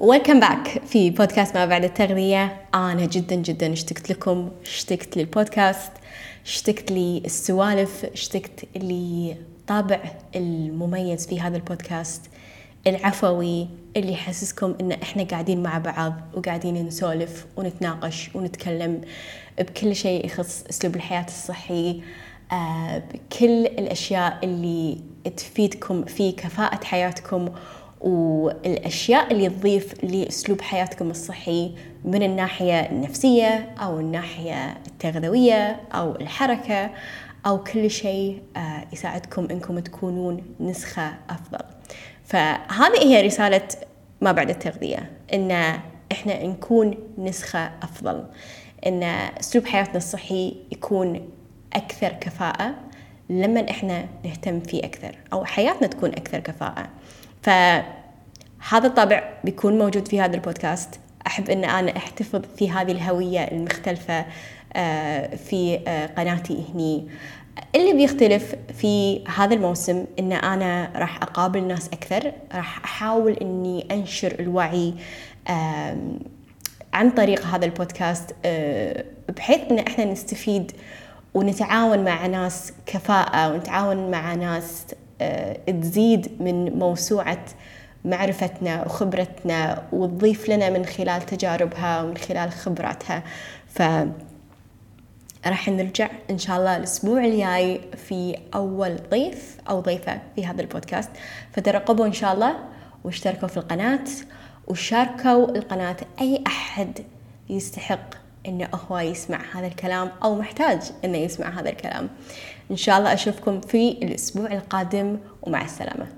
ويلكم باك في بودكاست ما بعد التغذية. أنا جدا اشتقت لكم، اشتقت للبودكاست، اشتقت للسوالف، اشتقت لطابع المميز في هذا البودكاست العفوي اللي يحسسكم إن إحنا قاعدين مع بعض وقاعدين نسولف ونتناقش ونتكلم بكل شيء يخص أسلوب الحياة الصحي، بكل الأشياء اللي تفيدكم في كفاءة حياتكم والأشياء اللي تضيف لأسلوب حياتكم الصحي من الناحية النفسية أو الناحية التغذوية أو الحركة أو كل شيء يساعدكم إنكم تكونون نسخة أفضل. فهذه هي رسالة ما بعد التغذية، إن إحنا نكون نسخة أفضل، إن أسلوب حياتنا الصحي يكون أكثر كفاءة لما إحنا نهتم فيه أكثر، أو حياتنا تكون أكثر كفاءة. فهذا الطابع بيكون موجود في هذا البودكاست. أحب أن أنا أحتفظ في هذه الهوية المختلفة في قناتي هني. اللي بيختلف في هذا الموسم أن أنا راح أقابل ناس أكثر، راح أحاول أني أنشر الوعي عن طريق هذا البودكاست، بحيث أن إحنا نستفيد ونتعاون مع ناس كفاءة، ونتعاون مع ناس تزيد من موسوعة معرفتنا وخبرتنا وتضيف لنا من خلال تجاربها ومن خلال خبراتها. راح نرجع إن شاء الله الأسبوع الجاي في أول ضيف أو ضيفة في هذا البودكاست، فترقبوا إن شاء الله واشتركوا في القناة وشاركوا القناة. أي أحد يستحق إنه هو يسمع هذا الكلام أو محتاج إنه يسمع هذا الكلام. إن شاء الله أشوفكم في الأسبوع القادم، ومع السلامة.